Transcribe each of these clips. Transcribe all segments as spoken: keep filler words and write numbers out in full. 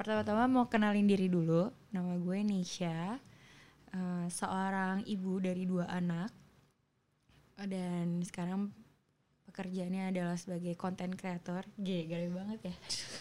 pertama-tama mau kenalin diri dulu. Nama gue Nisha, uh, seorang ibu dari dua anak. Dan sekarang pekerjaannya adalah sebagai content creator. Gede, gede banget ya.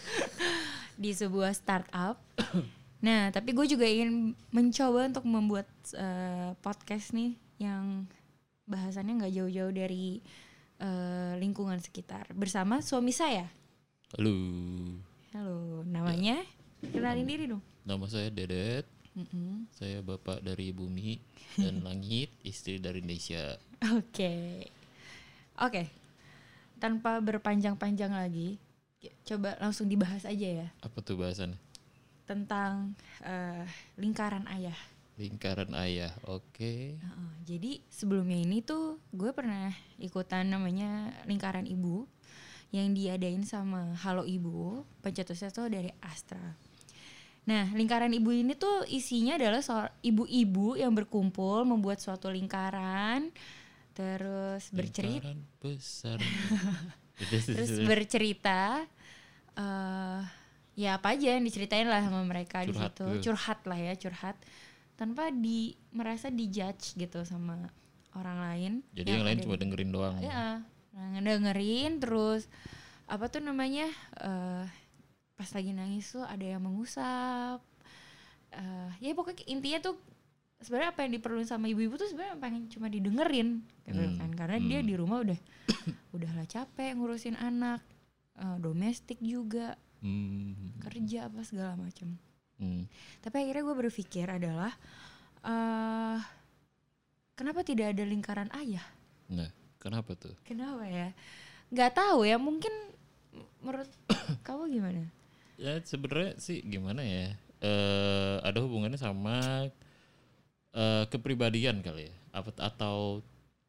Di sebuah startup. Nah, tapi gue juga ingin mencoba untuk membuat uh, podcast nih yang bahasannya gak jauh-jauh dari uh, lingkungan sekitar. Bersama suami saya. Halo. Halo, namanya? Ya. Kenalin diri dong. Nama saya Dedet. Mm-mm. Saya bapak dari bumi dan langit, istri dari Indonesia. Oke, okay. oke. Okay. Tanpa berpanjang-panjang lagi, coba langsung dibahas aja ya. Apa tuh bahasannya? Tentang uh, lingkaran ayah. Lingkaran ayah, oke. Okay. Uh, jadi sebelumnya ini tuh gue pernah ikutan namanya lingkaran ibu yang diadain sama Halo Ibu, pencetusnya tuh dari Astra. Nah, lingkaran ibu ini tuh isinya adalah soal ibu-ibu yang berkumpul membuat suatu lingkaran, terus bercerita, lingkaran besar, terus bercerita, uh, ya apa aja yang diceritain lah sama mereka di situ, curhat lah ya, curhat, tanpa di merasa dijudge gitu sama orang lain. Jadi yang, yang lain cuma dengerin doang. Ya, ngedengerin terus apa tuh namanya uh, pas lagi nangis tuh ada yang mengusap, uh, ya pokoknya intinya tuh sebenarnya apa yang diperluin sama ibu-ibu tuh sebenarnya pengen cuma didengerin gitu hmm. kan, karena hmm. dia di rumah udah udahlah capek ngurusin anak, uh, domestik juga, hmm. kerja apa segala macam. Hmm. Tapi akhirnya gue berpikir adalah uh, kenapa tidak ada lingkaran ayah? Nah, kenapa tuh? Kenapa ya? Gak tahu ya, mungkin menurut kamu gimana? Ya sebenarnya sih gimana ya? Uh, ada hubungannya sama uh, kepribadian kali ya. Apa atau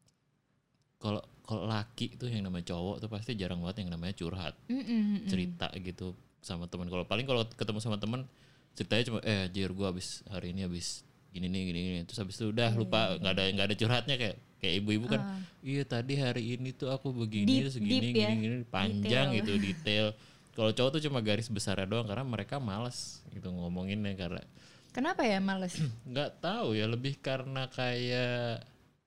kalau kalau laki tuh yang namanya cowok tuh pasti jarang banget yang namanya curhat, mm-mm. cerita gitu sama teman. Kalau paling kalau ketemu sama teman ceritanya cuma eh jir gue abis hari ini abis gini nih gini gini, terus habis itu udah lupa, nggak ada nggak ada curhatnya kayak kayak ibu-ibu kan uh. iya tadi hari ini tuh aku begini deep, terus gini deep, gini, ya? gini panjang detail. Gitu detail. Kalau cowok tuh cuma garis besarnya doang karena mereka malas gitu ngomonginnya. Karena kenapa ya malas? Nggak tahu ya, lebih karena kayak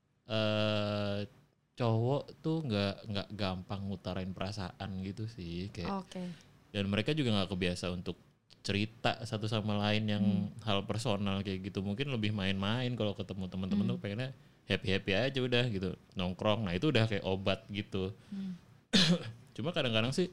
uh, cowok tuh nggak nggak gampang ngutarain perasaan gitu sih kayak. Okay. Dan mereka juga nggak kebiasa untuk cerita satu sama lain yang hmm. hal personal kayak gitu. Mungkin lebih main-main kalau ketemu teman-teman hmm. tuh pengennya happy-happy aja udah gitu, nongkrong. Nah itu udah kayak obat gitu. Hmm. Cuma kadang-kadang sih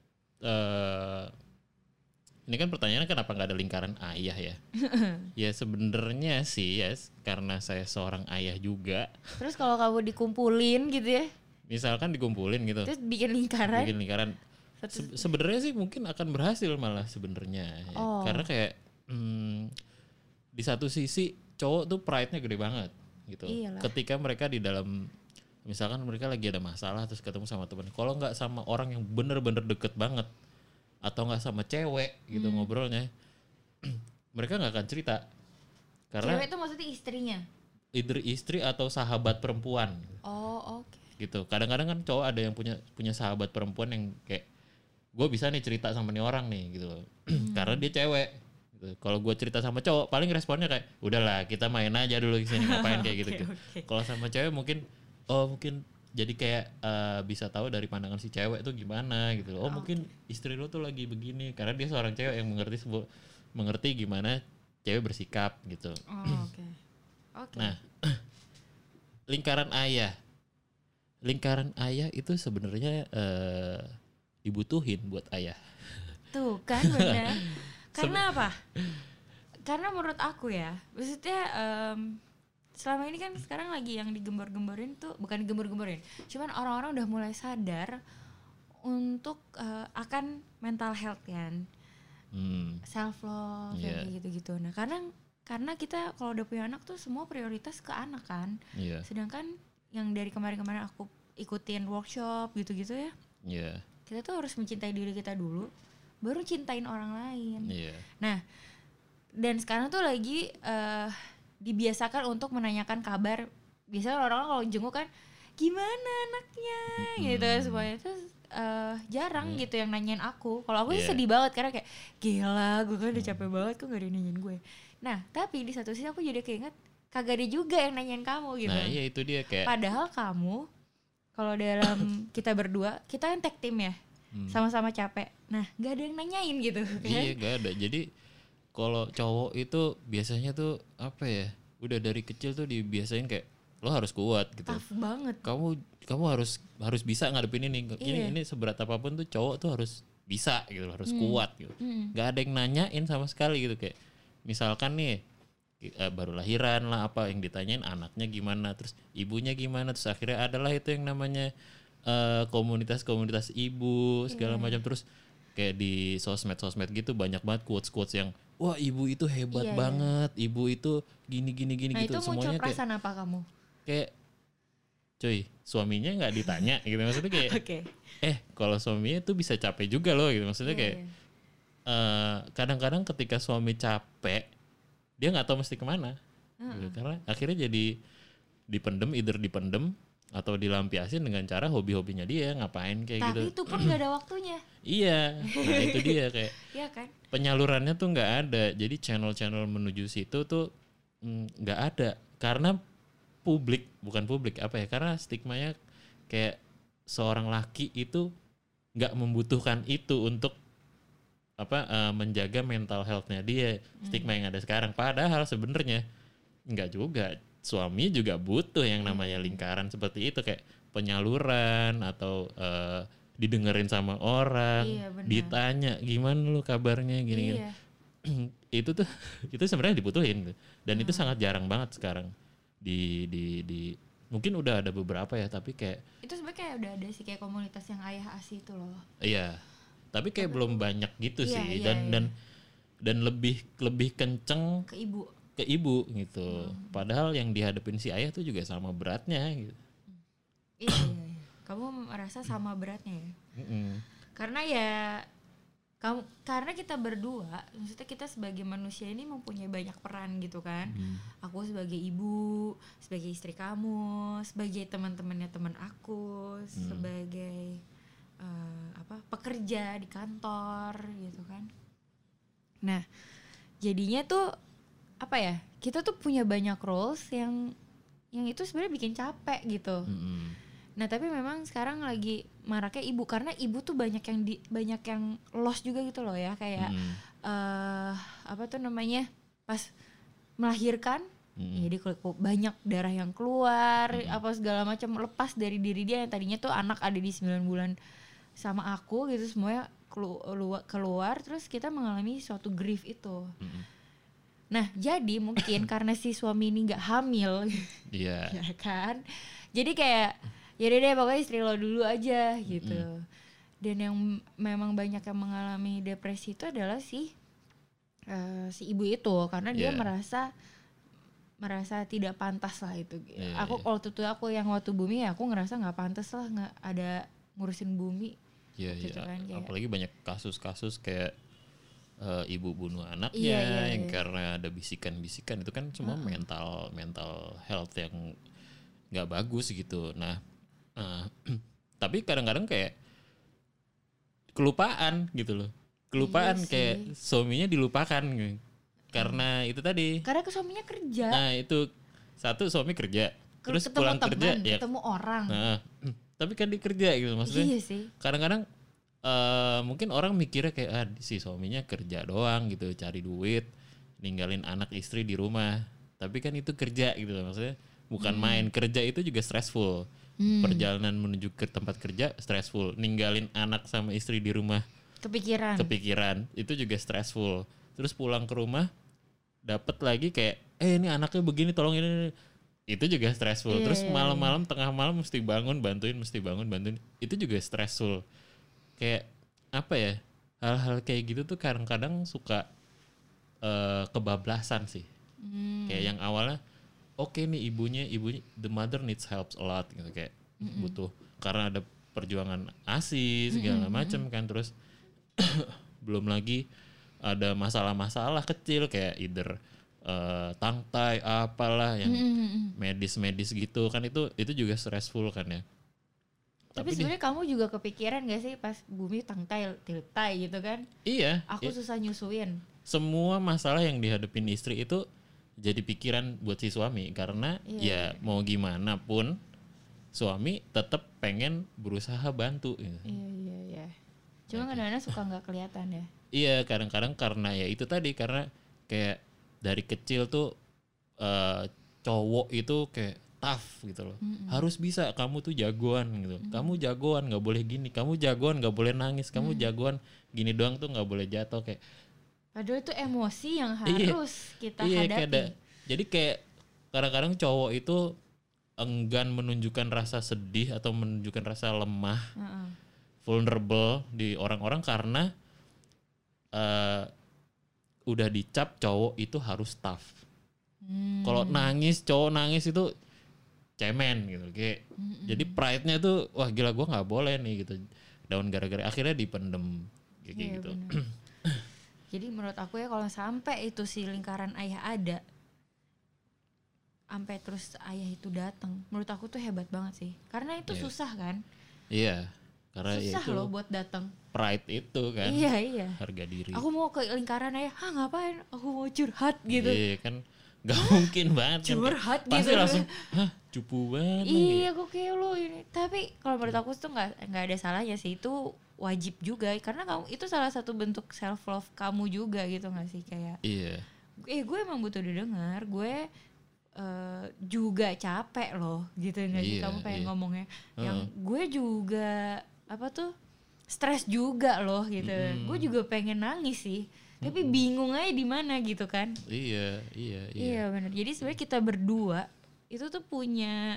uh, ini kan pertanyaannya kenapa nggak ada lingkaran ayah ya? Ya sebenarnya sih ya karena saya seorang ayah juga. Terus kalau kamu dikumpulin gitu ya? Misalkan dikumpulin gitu. Terus bikin lingkaran. Bikin lingkaran. Se- sebenarnya sih mungkin akan berhasil malah sebenarnya ya. Oh. Karena kayak hmm, di satu sisi cowok tuh pride-nya gede banget gitu. Iyalah. Ketika mereka di dalam misalkan mereka lagi ada masalah terus ketemu sama teman, kalau nggak sama orang yang bener-bener deket banget atau nggak sama cewek gitu hmm. ngobrolnya, mereka nggak akan cerita. Karena cewek itu maksudnya istrinya? Either istri atau sahabat perempuan. Oh oke. Okay. Gitu. Kadang-kadang kan cowok ada yang punya punya sahabat perempuan yang kayak gue bisa nih cerita sama nih orang nih gitu loh. Hmm. Karena dia cewek gitu. Kalau gue cerita sama cowok paling responnya kayak udahlah kita main aja dulu kesini ngapain kayak gitu, okay, gitu. Okay. Kalau sama cewek mungkin oh mungkin jadi kayak uh, bisa tahu dari pandangan si cewek tuh gimana gitu loh. Oh, oh mungkin okay. istri lo tuh lagi begini karena dia seorang cewek yang mengerti sebu- mengerti gimana cewek bersikap gitu. Oh, oke. Okay. Okay. Nah, lingkaran ayah. Lingkaran ayah itu sebenarnya uh, dibutuhin buat ayah. Tuh kan benar. Karena apa? Karena menurut aku ya, maksudnya um, selama ini kan sekarang lagi yang digembor-gemborin tuh bukan digembor-gemborin, cuman orang-orang udah mulai sadar untuk uh, akan mental health kan, hmm. self love yeah. kayak gitu-gitu. Nah karena karena kita kalau udah punya anak tuh semua prioritas ke anak kan, yeah. sedangkan yang dari kemarin-kemarin aku ikutin workshop gitu-gitu ya. Yeah. Kita tuh harus mencintai diri kita dulu, baru cintain orang lain. Yeah. Nah, dan sekarang tuh lagi uh, dibiasakan untuk menanyakan kabar. Biasanya orang-orang kalau jenguk kan, gimana anaknya, mm-hmm. gitu semuanya. Terus uh, jarang Hmm. gitu yang nanyain aku. Kalau aku sih Iya. sedih banget karena kayak gila, gue kan udah capek banget kok gak ada yang nanyain gue. Nah tapi di satu sisi aku jadi keinget kagak ada juga yang nanyain kamu gitu. Nah iya itu dia kayak Padahal kamu kalau dalam kita berdua kita kan tag team ya, hmm, sama-sama capek. Nah nggak ada yang nanyain gitu kan? iya gak ada. Jadi kalau cowok itu biasanya tuh apa ya? Udah dari kecil tuh dibiasain kayak lo harus kuat gitu. Tough banget. Kamu kamu harus harus bisa ngadepin ini. Ini Iya. ini seberat apapun tuh cowok tuh harus bisa gitu, harus Hmm. kuat gitu. Hmm. Gak ada yang nanyain sama sekali gitu kayak misalkan nih eh, baru lahiran lah apa yang ditanyain anaknya gimana, terus ibunya gimana, terus akhirnya adalah itu yang namanya eh, komunitas-komunitas ibu segala Iya. macam, terus kayak di sosmed-sosmed gitu banyak banget quotes-quotes yang wah ibu itu hebat Iya, iya. banget, ibu itu gini gini gini Nah gitu, itu muncul semuanya kayak perasaan apa kamu? kayak cuy suaminya nggak ditanya gitu maksudnya kayak Oke. eh kalau suaminya tuh bisa capek juga loh gitu maksudnya Iya, kayak iya. eh, kadang-kadang ketika suami capek dia nggak tahu mesti kemana Heeh. gitu. Karena akhirnya jadi dipendem, either dipendem atau dilampiasin dengan cara hobi-hobinya dia ngapain kayak gitu. Tapi itu pun gak ada waktunya, Iya, nah itu dia kayak ya kan? penyalurannya tuh nggak ada. Jadi channel-channel menuju situ tuh mm, nggak ada karena publik, bukan publik apa ya? Karena stigmanya kayak seorang laki itu nggak membutuhkan itu untuk apa eh, menjaga mental health-nya dia. Stigma yang ada sekarang. Padahal sebenarnya nggak juga. Suami juga butuh yang namanya lingkaran seperti itu kayak penyaluran atau eh, didengerin sama orang, Iya, benar. ditanya gimana lu kabarnya gini-gini. Iya. Itu tuh itu sebenarnya dibutuhin gitu. Dan itu sangat jarang banget sekarang di di di mungkin udah ada beberapa ya tapi kayak Itu sebenarnya kayak udah ada sih kayak komunitas yang ayah asi itu loh. iya tapi kayak belum banyak gitu Iya, sih iya, dan iya. dan dan lebih lebih kenceng Ke ibu. ke ibu gitu. Padahal yang dihadapin si ayah tuh juga sama beratnya gitu. Iya, iya, iya. Kamu merasa sama beratnya ya? Mm-mm. Karena ya kamu karena kita berdua, maksudnya kita sebagai manusia ini mempunyai banyak peran gitu kan. Hmm. Aku sebagai ibu, sebagai istri kamu, sebagai teman-temannya teman aku, sebagai eh, apa pekerja di kantor gitu kan. Nah, jadinya tuh apa ya? Kita tuh punya banyak roles yang yang itu sebenarnya bikin capek gitu. Mm-mm. Nah tapi memang sekarang lagi maraknya ibu karena ibu tuh banyak yang di, banyak yang lost juga gitu loh ya kayak Mm-mm. eh apa tuh namanya pas melahirkan Mm-mm. jadi kelu- banyak darah yang keluar apa segala macam lepas dari diri dia yang tadinya tuh anak ada di sembilan bulan sama aku gitu semuanya kelu- lua- keluar terus kita mengalami suatu grief itu. Mm-mm. Nah jadi mungkin karena si suami ini nggak hamil Iya. ya kan jadi kayak ya deh pokoknya istri lo dulu aja gitu. Dan yang m- memang banyak yang mengalami depresi itu adalah si eh, si ibu itu karena dia Yeah. merasa merasa tidak pantas lah itu. Yeah, aku yeah. kalau tuh aku yang waktu bumi ya aku ngerasa nggak pantas lah nggak ada ngurusin bumi. Iya, Gitu iya. kan, kayak- Apalagi banyak kasus-kasus kayak eh, ibu bunuh anaknya Iya, iya, yang iya. karena ada bisikan-bisikan itu kan semua mental mental health yang nggak bagus gitu. Nah, eh, tapi kadang-kadang kayak kelupaan gitu loh. Kelupaan Iya kayak sih. suaminya dilupakan gitu. Karena itu tadi. Karena ke suaminya kerja, Nah, itu satu suami kerja, ke- terus ketemu pulang teman, kerja ya. ketemu orang. Nah, tapi kan dia kerja gitu maksudnya. Iya sih. Kadang-kadang eh, mungkin orang mikirnya kayak ah, si suaminya kerja doang gitu, cari duit, ninggalin anak istri di rumah. Tapi kan itu kerja gitu loh, maksudnya bukan main. Kerja itu juga stressful. Perjalanan menuju ke tempat kerja stressful. Ninggalin anak sama istri di rumah Kepikiran. kepikiran itu juga stressful. Terus pulang ke rumah dapat lagi kayak eh ini anaknya begini tolong ini, ini. Itu juga stressful. Iya, Terus iya, malam-malam tengah malam mesti bangun bantuin, mesti bangun bantuin. Itu juga stressful. Kayak apa ya? Hal-hal kayak gitu tuh kadang-kadang suka eh, kebablasan sih. Hmm. Kayak yang awalnya oke nih ibunya ibunya the mother needs help a lot gitu kayak butuh karena ada perjuangan ASI segala macam kan, terus belum lagi ada masalah-masalah kecil kayak either eh, tangtai apalah yang Mm-mm. medis-medis gitu kan, itu itu juga stressful kan ya. Tapi, tapi sebenarnya kamu juga kepikiran gak sih pas Bumi tangtai tiltai gitu kan? Iya. Aku iya. susah nyusuin. Semua masalah yang dihadapin istri itu jadi pikiran buat si suami karena iya, ya iya. mau gimana pun suami tetap pengen berusaha bantu. Gitu. Iya iya iya. Cuma kadang-kadang suka nggak kelihatan ya. Iya kadang-kadang karena ya itu tadi karena kayak dari kecil tuh uh, cowok itu kayak tough gitu loh. Mm-mm. Harus bisa, kamu tuh jagoan gitu. Mm-mm. Kamu jagoan, nggak boleh gini. Kamu jagoan, nggak boleh nangis. Kamu Mm-mm. jagoan, gini doang tuh nggak boleh jatuh kayak. Padahal itu emosi yang harus iya, kita iya, hadapi. Kayak ada, jadi kayak kadang-kadang cowok itu enggan menunjukkan rasa sedih atau menunjukkan rasa lemah, uh-uh. vulnerable di orang-orang karena uh, udah dicap cowok itu harus tough. Hmm. Kalau nangis, cowok nangis itu cemen gitu kayak mm-mm. jadi pride-nya tuh wah gila gue nggak boleh nih gitu down gara-gara akhirnya dipendem kayak iya, gitu. Jadi menurut aku ya kalau sampai itu si lingkaran ayah ada sampai terus ayah itu datang menurut aku tuh hebat banget sih karena itu yeah. susah kan iya karena susah itu loh buat datang pride itu kan iya iya harga diri aku mau ke lingkaran ayah ah ngapain aku mau curhat gitu iya kan gak mungkin banget curhat kan. Pasti gitu langsung hah cupu banget iya gue kayak lo ini tapi kalau menurut aku tuh nggak nggak ada salahnya sih itu wajib juga karena kamu itu salah satu bentuk self love kamu juga gitu nggak sih kayak iya eh gue emang butuh didengar gue uh, juga capek loh gitu nggak sih iya, kamu pengen iya. ngomongnya uh-huh. yang gue juga apa tuh stres juga loh gitu mm. gue juga pengen nangis sih tapi mm-hmm. bingung aja di mana gitu kan. Iya, iya, iya. Iya benar. Jadi sebenarnya kita berdua itu tuh punya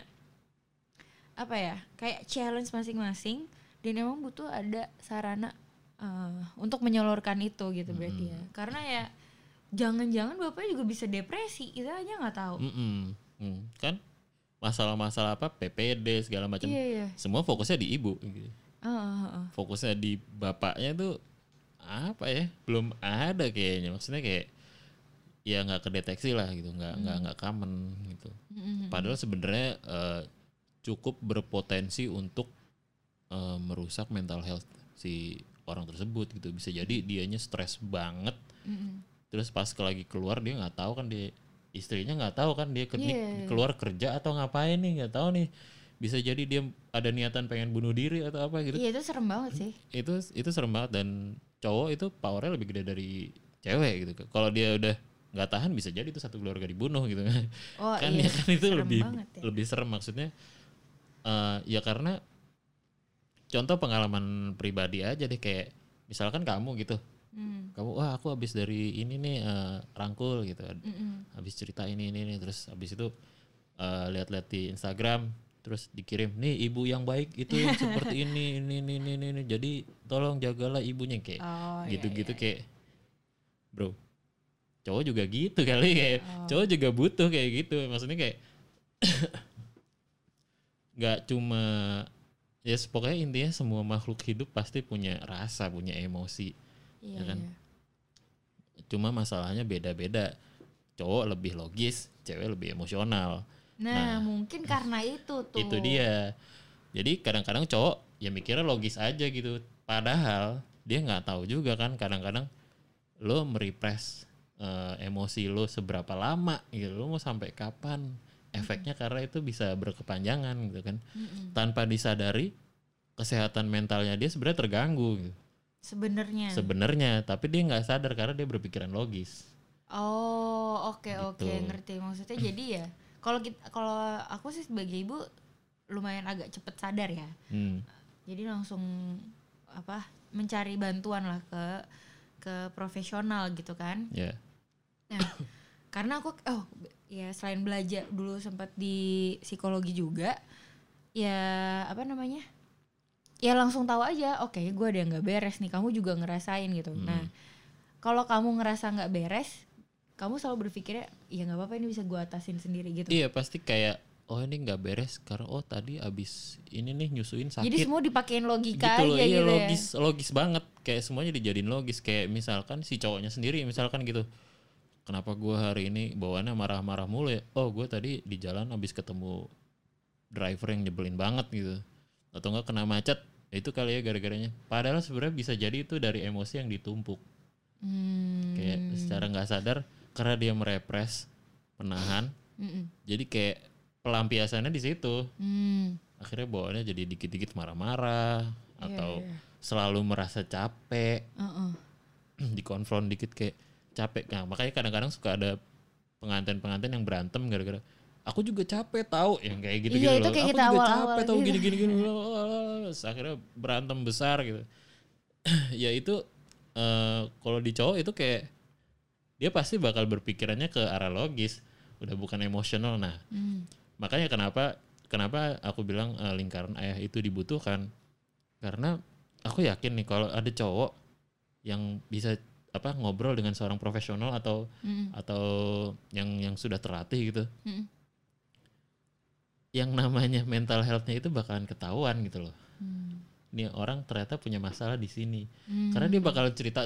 apa ya? Kayak challenge masing-masing dan emang butuh ada sarana uh, untuk menyalurkan itu gitu mm-hmm. berarti ya. Karena ya jangan-jangan bapaknya juga bisa depresi, kita aja nggak tahu. Mm-hmm. Mm. Kan masalah-masalah apa P P D segala macam. Iya, iya. Semua fokusnya di ibu. Gitu. Uh, uh, uh. Fokusnya di bapaknya tuh apa ya belum ada kayaknya maksudnya kayak ya nggak kedeteksi lah gitu nggak nggak mm. nggak common gitu mm-hmm. padahal sebenarnya uh, cukup berpotensi untuk uh, merusak mental health si orang tersebut gitu bisa jadi dianya stres banget mm-hmm. terus pas lagi keluar dia nggak tahu kan dia istrinya nggak tahu kan dia ke- yeah. keluar kerja atau ngapain nih nggak tahu nih bisa jadi dia ada niatan pengen bunuh diri atau apa gitu. Iya itu serem banget sih. Itu itu serem banget dan cowok itu powernya lebih gede dari cewek gitu. Kalau dia udah nggak tahan bisa jadi itu satu keluarga dibunuh gitu. Oh, kan iya. ya kan itu serem lebih ya. lebih serem maksudnya. Uh, ya karena contoh pengalaman pribadi aja deh kayak misalkan kamu gitu. Hmm. Kamu wah aku habis dari ini nih uh, rangkul gitu. Mm-mm. Habis cerita ini ini nih terus habis itu uh, lihat-lihat di Instagram terus dikirim nih ibu yang baik itu yang seperti ini ini ini ini ini jadi tolong jagalah ibunya kayak oh, gitu-gitu iya, iya. Kayak bro cowok juga gitu kali kayak oh. cowok juga butuh kayak gitu maksudnya kayak nggak cuma ya pokoknya intinya semua makhluk hidup pasti punya rasa punya emosi iya, ya kan iya. Cuma masalahnya beda-beda cowok lebih logis cewek lebih emosional. Nah, nah mungkin karena itu tuh. Itu dia. Jadi kadang-kadang cowok ya mikirnya logis aja gitu. Padahal dia nggak tahu juga kan kadang-kadang lo merepress uh, emosi lo seberapa lama gitu. Lo mau sampai kapan? Efeknya mm-hmm. karena itu bisa berkepanjangan gitu kan. Mm-hmm. Tanpa disadari kesehatan mentalnya dia sebenarnya terganggu gitu. Sebenarnya. Sebenarnya, tapi dia nggak sadar karena dia berpikiran logis. Oh, oke okay, gitu. Oke, okay. Ngerti maksudnya. Jadi ya Kalau kalau aku sih sebagai ibu lumayan agak cepet sadar ya, hmm. jadi langsung apa mencari bantuan lah ke ke profesional gitu kan. Yeah. Nah, karena aku oh ya selain belajar dulu sempat di psikologi juga, ya apa namanya, ya langsung tahu aja, oke okay, gue ada yang nggak beres nih, kamu juga ngerasain gitu. Hmm. Nah, kalau kamu ngerasa nggak beres kamu selalu berpikirnya ya nggak apa-apa ini bisa gue atasin sendiri gitu. Iya pasti kayak oh ini nggak beres karena oh tadi abis ini nih nyusuin sakit. Jadi semua dipakein logika gitu aja loh, iya, gitu logis ya. logis banget kayak semuanya dijadiin logis kayak misalkan si cowoknya sendiri misalkan gitu kenapa gue hari ini bawaannya marah-marah mulu ya oh gue tadi di jalan abis ketemu driver yang nyebelin banget gitu atau enggak kena macet, itu kali ya gara-garanya. Padahal sebenarnya bisa jadi itu dari emosi yang ditumpuk. Hmm. Kayak secara nggak sadar karena dia merepres, menahan. Mm-mm. Jadi kayak pelampiasannya di situ. Hmm. Akhirnya bawaannya jadi dikit-dikit marah-marah atau Iya, iya. selalu merasa capek, Uh-uh. dikonfront dikit kayak capek. Nah, makanya kadang-kadang suka ada pengantin-pengantin yang berantem gara-gara aku juga capek tahu yang kayak gitu-gitu Iya, itu loh. kayak Aku kita juga awal-awal capek tahu gitu. gini-gini gini. Terus akhirnya berantem besar gitu. Ya itu eh, kalau di cowok itu kayak dia pasti bakal berpikirannya ke arah logis, udah bukan emosional. Nah, Hmm. makanya kenapa kenapa aku bilang eh, lingkaran ayah itu dibutuhkan, karena aku yakin nih kalau ada cowok yang bisa apa ngobrol dengan seorang profesional atau Mm-mm. atau yang yang sudah terlatih gitu, Mm-mm. yang namanya mental health-nya itu bakalan ketahuan gitu loh. Hmm. Nih orang ternyata punya masalah di sini, Hmm. karena dia bakal cerita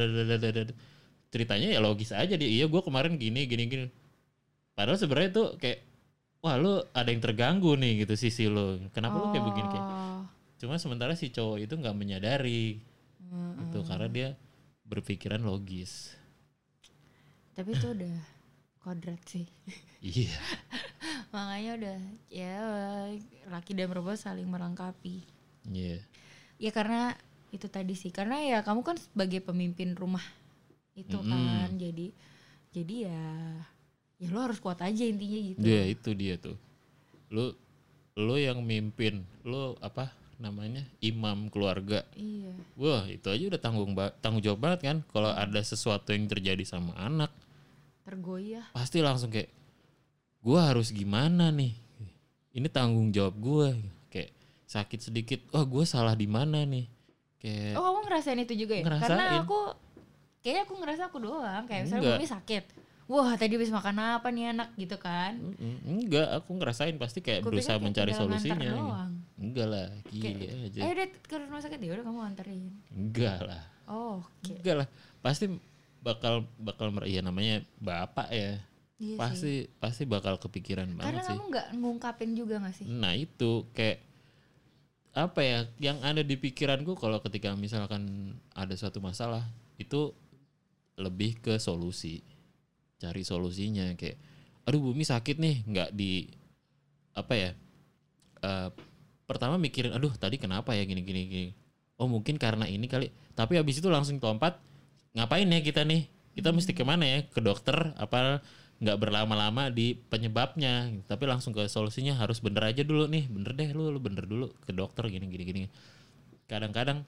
ceritanya ya logis aja dia, iya gue kemarin gini gini gini. Padahal sebenarnya tuh kayak wah lu ada yang terganggu nih gitu sisi lu. Kenapa lu kayak begini kayak. Oh. Cuma sementara si cowok itu nggak menyadari Mm-mm. itu karena dia berpikiran logis. Tapi itu udah kodrat sih. Iya. Makanya udah ya laki dan perempuan saling melengkapi. Iya. Ya karena itu tadi sih, karena ya kamu kan sebagai pemimpin rumah itu Mm-mm. kan, jadi jadi ya ya lo harus kuat aja intinya gitu. Dia itu dia tuh. Lu lu yang mimpin, lu apa namanya imam keluarga. Iya. Wah itu aja udah tanggung ba- tanggung jawab banget kan. Kalau ada sesuatu yang terjadi sama anak, Tergoyah. pasti langsung kayak gua harus gimana nih. Ini tanggung jawab gua. Kayak sakit sedikit, wah gua salah di mana nih. Kayak Oh kamu ngerasain itu juga ya? Ngerasain. Karena aku kayaknya aku ngerasa aku doang, kayak misalnya Enggak. Bumi sakit, wah tadi habis makan apa nih anak gitu kan. Mm-mm. Enggak, aku ngerasain pasti kayak Gua berusaha pikir kayak mencari tinggal nganter solusinya. doang. Enggak lah, gila Kayak, aja. ayo deh ke rumah sakit, ya udah kamu anterin. Enggak lah. Oh oke. Enggak lah. Pasti bakal bakal mer- iya namanya bapak ya. Iya pasti sih. pasti bakal kepikiran Karena banget sih. kamu nggak ngungkapin juga nggak sih? Nah, itu kayak apa ya yang ada di pikiranku kalau ketika misalkan ada suatu masalah itu lebih ke solusi. Cari solusinya kayak aduh Bumi sakit nih, nggak di apa ya? eh, pertama mikirin aduh tadi kenapa ya gini gini gini. Oh, mungkin karena ini kali. Tapi habis itu langsung lompat ngapain ya kita nih? Kita mesti kemana ya? Ke dokter apa nggak berlama-lama di penyebabnya, tapi langsung ke solusinya. Harus bener aja dulu nih, bener deh lu, lu bener dulu ke dokter gini gini gini. Kadang-kadang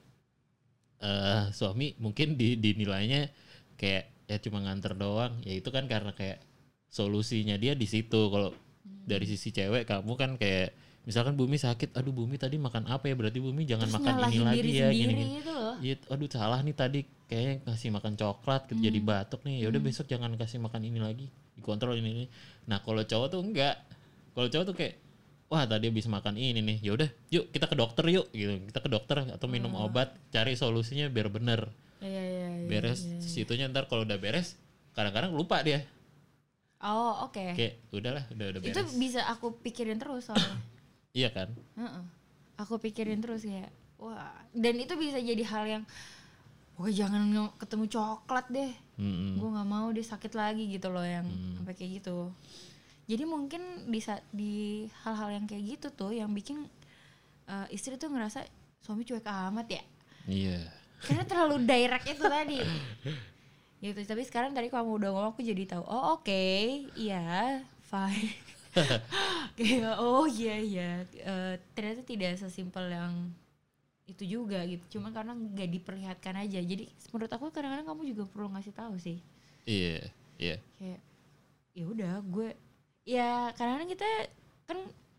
eh suami mungkin di dinilainya kayak ya cuma nganter doang, ya itu kan karena kayak solusinya dia di situ. Kalau dari sisi cewek kamu kan kayak misalkan Bumi sakit, aduh Bumi tadi makan apa ya, berarti Bumi jangan Terus makan ini nyalahin lagi diri ya sendiri gini gini. itu loh. Iya, aduh salah nih tadi kayaknya ngasih makan coklat gitu jadi batuk nih. Ya udah Hmm. besok jangan kasih makan ini lagi. Dikontrol ini ini. Nah, kalau cowok tuh enggak. Kalau cowok tuh kayak wah, tadi habis makan ini nih. Ya udah, yuk kita ke dokter yuk gitu. Kita ke dokter atau minum obat, cari solusinya biar bener. Iya iya iya. Beres iya. situnya, ntar kalau udah beres kadang-kadang lupa dia. Oh oke. Kayak udahlah, udah udah beres. Itu bisa aku pikirin terus soalnya. Iya kan? Heeh. Aku pikirin terus ya. Wah, dan itu bisa jadi hal yang wah jangan nge- ketemu coklat deh. Mm-mm. Gue nggak mau dia sakit lagi gitu loh yang Hmm. sampai kayak gitu. Jadi mungkin di sa- di hal-hal yang kayak gitu tuh yang bikin eh, istri tuh ngerasa suami cuek amat ya. Iya. Karena terlalu direct itu tadi. Gitu. Tapi sekarang tadi kamu udah ngomong aku jadi tahu. Oh oke, iya, fine. Kayak oh iya iya. Eh, ternyata tidak sesimpel yang itu juga gitu. Cuma karena nggak diperlihatkan aja. Jadi menurut aku kadang-kadang kamu juga perlu ngasih tahu sih. Iya, iya. Kayak ya udah gue ya kadang-kadang kita kan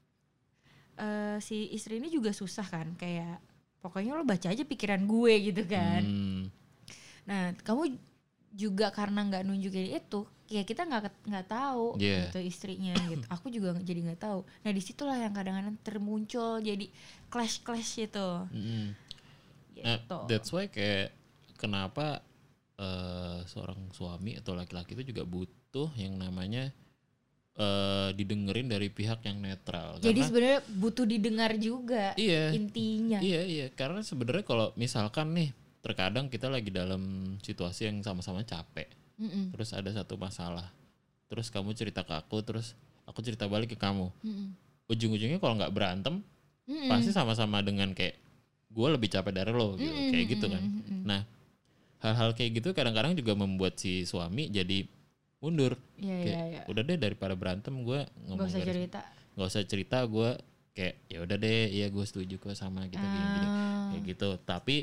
eh, si istri ini juga susah kan, kayak pokoknya lo baca aja pikiran gue gitu kan. Hmm. Nah kamu juga karena nggak nunjukin itu, ya kita nggak nggak tahu Yeah. gitu istrinya gitu. Aku juga jadi nggak tahu. Nah disitulah yang kadang-kadang termuncul jadi clash clash itu. Mm-mm. Nah, Gitu. that's why kayak kenapa eh, seorang suami atau laki-laki itu juga butuh yang namanya uh, didengerin dari pihak yang netral. Jadi Karena, sebenarnya butuh didengar juga iya, intinya. Iya iya, karena sebenarnya kalau misalkan nih terkadang kita lagi dalam situasi yang sama-sama capek, Mm-mm. terus ada satu masalah, terus kamu cerita ke aku, terus aku cerita balik ke kamu. Mm-mm. Ujung-ujungnya kalau nggak berantem, Mm-mm. pasti sama-sama dengan kayak gue lebih capek dari lo, gitu, Mm-mm. kayak gitu kan. Mm-mm. Nah, hal-hal kayak gitu kadang-kadang juga membuat si suami jadi mundur. Iya Kayak iya iya. udah deh daripada berantem gue ngomong Gak usah garis- cerita. nggak usah cerita, gue kayak ya udah deh, ya gue setuju kok sama kita gini-gini Ah. kayak gitu. Tapi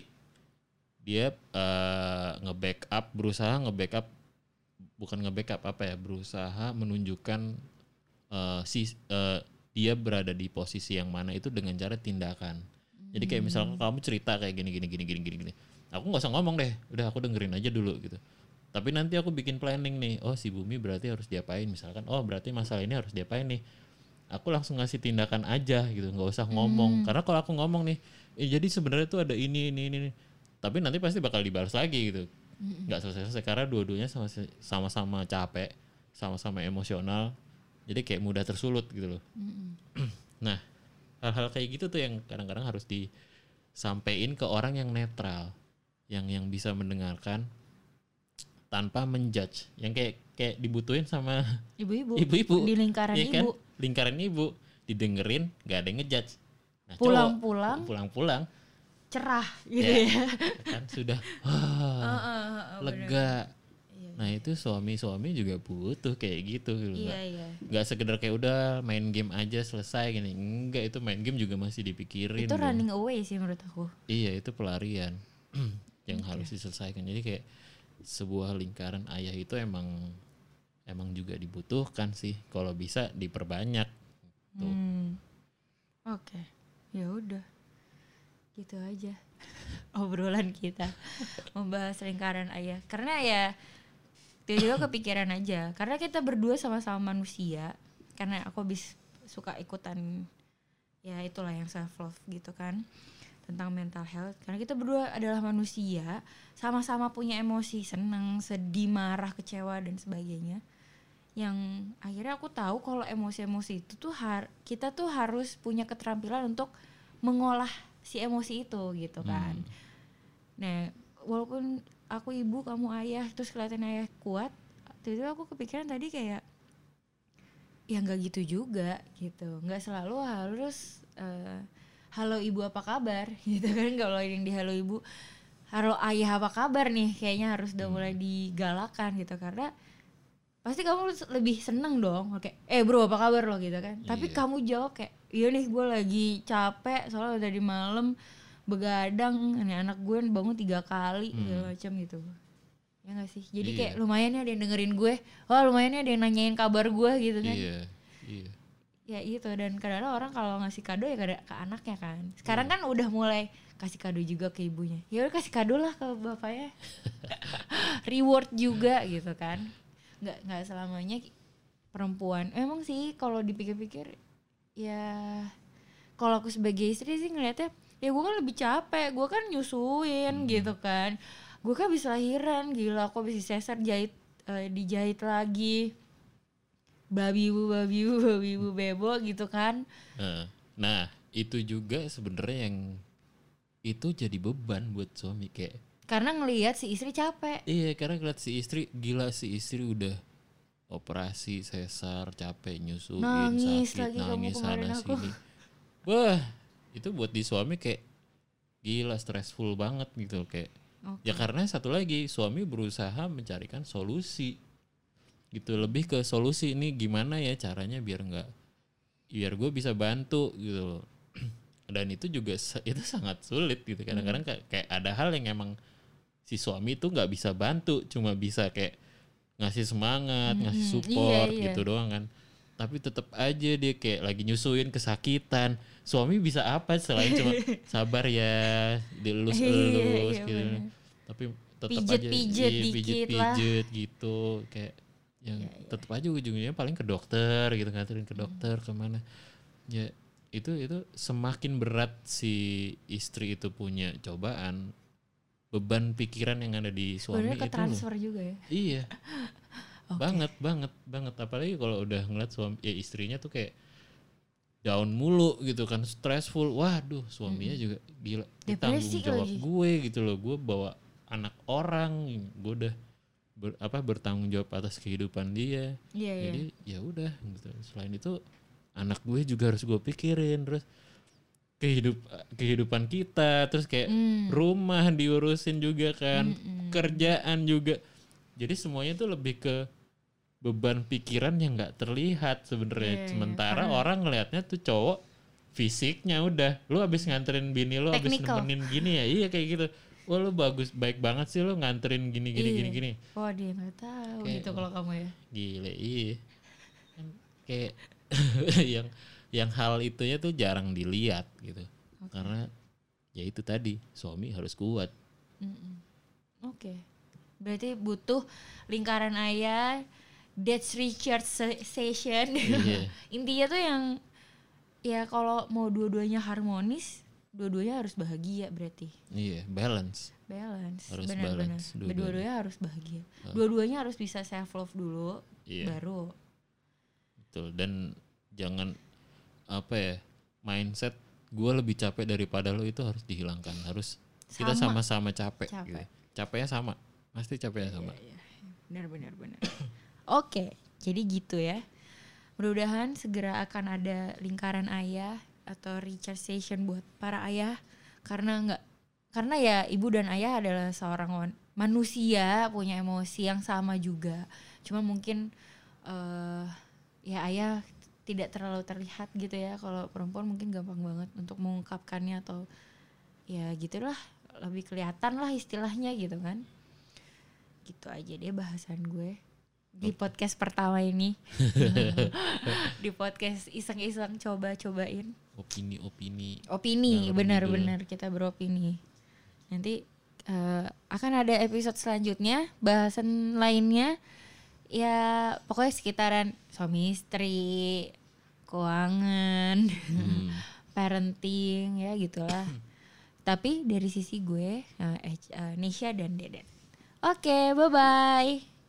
dia uh, nge-backup, berusaha nge-backup, bukan nge-backup apa ya, berusaha menunjukkan uh, si uh, dia berada di posisi yang mana itu dengan cara tindakan. Jadi kayak misalkan kamu cerita kayak gini gini gini gini gini gini, aku nggak usah ngomong deh, udah aku dengerin aja dulu gitu. Tapi nanti aku bikin planning nih, oh si Bumi berarti harus diapain misalkan, oh berarti masalah ini harus diapain nih. Aku langsung ngasih tindakan aja gitu, nggak usah ngomong. Karena kalau aku ngomong nih, eh, jadi sebenarnya tuh ada ini ini ini, tapi nanti pasti bakal dibalas lagi gitu. Nggak selesai-selesai karena dua-duanya sama- sama-sama capek, sama-sama emosional. Jadi kayak mudah tersulut gitu loh. Nah, hal-hal kayak gitu tuh yang kadang-kadang harus disampaikan ke orang yang netral, yang yang bisa mendengarkan tanpa menjudge, yang kayak kayak dibutuhin sama Ibu-ibu. ibu-ibu Di lingkaran iya kan? ibu. Lingkaran ibu, didengerin, nggak ada yang ngejudge. Nah, cowok, Pulang-pulang pulang-pulang cerah gitu ya, ya. kan sudah Uh, wah, uh, uh, uh, lega. Iya, Nah itu suami-suami juga butuh kayak gitu gitu. Iya Nggak, iya. nggak sekedar kayak udah main game aja selesai gini. Enggak, itu main game juga masih dipikirin. Itu dong. running away sih menurut aku. Iya, itu pelarian yang harus diselesaikan. Jadi kayak sebuah lingkaran ayah itu emang emang juga dibutuhkan sih. Kalau bisa diperbanyak. Tuh. Hmm. Oke. Ya udah. Gitu aja. Obrolan kita membahas lingkaran ayah. Karena ya tiba-tiba kepikiran aja. Karena kita berdua sama-sama manusia. Karena aku habis suka ikutan ya itulah yang self love gitu kan, tentang mental health. Karena kita berdua adalah manusia, sama-sama punya emosi, senang, sedih, marah, kecewa dan sebagainya. Yang akhirnya aku tahu kalau emosi-emosi itu tuh har- kita tuh harus punya keterampilan untuk mengolah si emosi itu gitu kan. Hmm. Nah, walaupun aku ibu, kamu ayah, terus kelihatan ayah kuat, tiba-tiba aku kepikiran tadi kayak ya nggak gitu juga gitu, nggak selalu harus uh, halo ibu apa kabar gitu kan. Kalau yang di halo ibu, halo ayah apa kabar nih, kayaknya harus udah mulai digalakan gitu. Karena pasti kamu lebih seneng dong kayak eh bro apa kabar lo gitu kan. Tapi Iya. kamu jawab kayak iya nih gue lagi capek soalnya udah di malam begadang, nih anak gue bangun tiga kali segala macam gitu. Ya gak sih? Jadi Iya. kayak lumayan nih ada yang dengerin gue, oh lumayan nih ada yang nanyain kabar gue gitu kan. Iya, iya. Ya itu, dan kadang-kadang orang kalau ngasih kado ya ke, ke anaknya kan. Sekarang kan udah mulai kasih kado juga ke ibunya. Ya udah kasih kado lah ke bapaknya. Reward juga gitu kan. Nggak nggak selamanya perempuan. Emang sih kalau dipikir-pikir ya kalau aku sebagai istri sih ngeliatnya ya gue kan lebih capek, gue kan nyusuin gitu kan. Gue kan bisa lahiran, gila aku bisa sesar jahit uh, dijahit lagi. Babi bu, babi bu, babi bu bebo gitu kan. Nah, nah itu juga sebenarnya yang itu jadi beban buat suami kayak. Karena ngelihat si istri capek. Iya, karena ngeliat si istri gila, si istri udah operasi sesar, capek nyusuin, Nangis sakit, lagi kamu nangis kemarin sana aku. sini. Wah, itu buat di suami kayak gila, stressful banget gitu kayak. Okay. Ya karena satu lagi suami berusaha mencarikan solusi gitu, lebih ke solusi ini gimana ya caranya biar nggak biar gue bisa bantu gitu loh. Dan itu juga itu sangat sulit gitu, kadang-kadang kayak, kayak ada hal yang emang si suami itu nggak bisa bantu, cuma bisa kayak ngasih semangat, Mm-hmm. ngasih support iya, iya. gitu doang kan. Tapi tetap aja dia kayak lagi nyusuin kesakitan, suami bisa apa selain cuma sabar ya, dielus-elus iya, gitu. bener. Tapi tetap Pijet, aja pijet iya, dikit pijet-pijet gitu kayak yang Iya, iya. tetap aja ujungnya paling ke dokter gitu, nganterin ke dokter kemana ya. Itu itu semakin berat si istri itu punya cobaan, beban pikiran yang ada di suami Sebenarnya ke itu transfer juga ya. iya Oke. banget banget banget apalagi kalau udah ngeliat suami ya istrinya tuh kayak down mulu gitu kan, stressful, waduh suaminya Mm-mm. juga gila, Depresi tanggung jawab lagi. gue gitu loh, gue bawa anak orang, gue udah ber, apa bertanggung jawab atas kehidupan dia, Iya, iya. jadi ya udah gitu. Selain itu anak gue juga harus gue pikirin, terus kehidup kehidupan kita, terus kayak Mm. rumah diurusin juga kan, Mm-mm. kerjaan juga, jadi semuanya tuh lebih ke beban pikiran yang nggak terlihat sebenarnya. Iya, iya, Sementara karena- orang ngelihatnya tuh cowok fisiknya udah, lu abis nganterin bini lu, abis Technical. nemenin gini ya, iya kayak gitu. Wah lu bagus, baik banget sih lu nganterin gini gini Iya. gini gini. Wah dia nggak tahu Kayak- gitu kalau kamu ya. Gile iya. Kan kayak yang yang hal itunya tuh jarang dilihat gitu. Oke. Karena ya itu tadi, suami harus kuat. Mm-mm. Oke. Berarti butuh lingkaran ayah, that's Richard se- session. Iya. Intinya tuh yang ya kalau mau dua-duanya harmonis, dua-duanya harus bahagia berarti. Iya, balance. Balance. Harus Benar-benar. balance dua-duanya. Dua-duanya harus bahagia. Oh. Dua-duanya harus bisa self love dulu, Iya. baru. Betul, dan jangan apa ya, mindset gue lebih capek daripada lo itu harus dihilangkan. Harus kita Sama. sama-sama capek, Capek. gitu. Capeknya sama, pasti capeknya sama. Iya, iya. Benar-benar benar. Oke, jadi gitu ya. Mudah-mudahan segera akan ada lingkaran ayah atau recharge session buat para ayah, karena nggak karena ya ibu dan ayah adalah seorang wan- manusia punya emosi yang sama juga. Cuma mungkin eh ya ayah tidak terlalu terlihat gitu ya. Kalau perempuan mungkin gampang banget untuk mengungkapkannya atau ya gitulah, lebih kelihatan lah istilahnya gitu kan. Gitu aja deh bahasan gue di podcast pertama ini. Di podcast iseng-iseng coba-cobain Opini-opini. opini, Ngalor benar-benar kita beropini. Nanti eh, akan ada episode selanjutnya, bahasan lainnya ya pokoknya sekitaran suami istri, keuangan, Hmm. parenting ya gitulah. Tapi dari sisi gue, uh, Nesha dan Deden. Oke, bye bye.